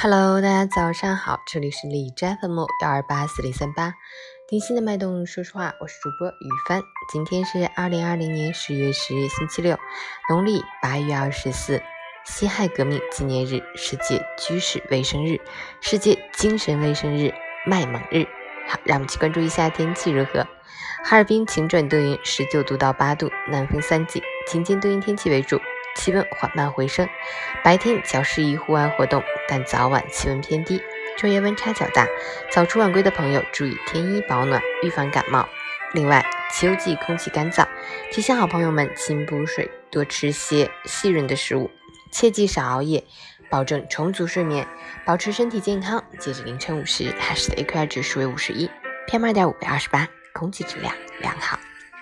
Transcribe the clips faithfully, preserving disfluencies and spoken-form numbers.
Hello， 大家早上好，这里是荔枝 F M 幺二八四零三八，听心的脉动，说实话，我是主播雨帆。今天是二零二零年十月十日，星期六，农历八月二十四，辛亥革命纪念日，世界居士卫生日，世界精神卫生日，卖萌日。好，让我们去关注一下天气如何。哈尔滨晴转多云，十九度到八度，南风三级，晴间多云天气为主。气温缓慢回升，白天较适宜户外活动，但早晚气温偏低，昼夜温差较大，早出晚归的朋友注意添衣保暖，预防感冒。另外，秋季空气干燥，提醒好朋友们勤补水，多吃些细润的食物，切忌少熬夜，保证充足睡眠，保持身体健康。截至凌晨五时，海市的 A Q I 指数为五十一 ，P M 二点五 为二十八，空气质量良好。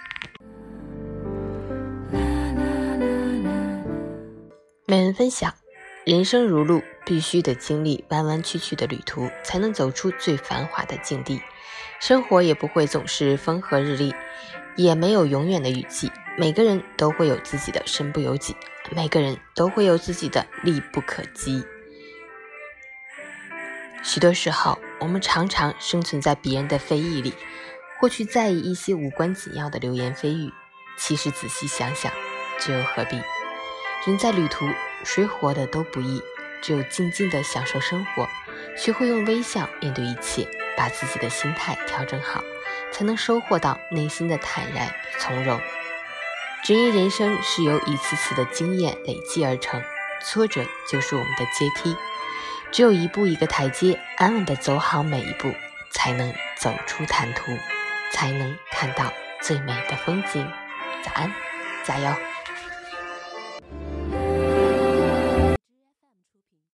每人分享，人生如路，必须得经历弯弯曲曲的旅途，才能走出最繁华的境地。生活也不会总是风和日丽，也没有永远的雨季。每个人都会有自己的身不由己，每个人都会有自己的力不可及。许多时候，我们常常生存在别人的非议里，或去在意一些无关紧要的流言蜚语。其实仔细想想，这又何必？人在旅途，谁活得都不易，只有静静地享受生活，学会用微笑面对一切，把自己的心态调整好，才能收获到内心的坦然与从容。只因人生是由一次次的经验累积而成，挫折就是我们的阶梯，只有一步一个台阶，安稳地走好每一步，才能走出坦途，才能看到最美的风景。早安，加油！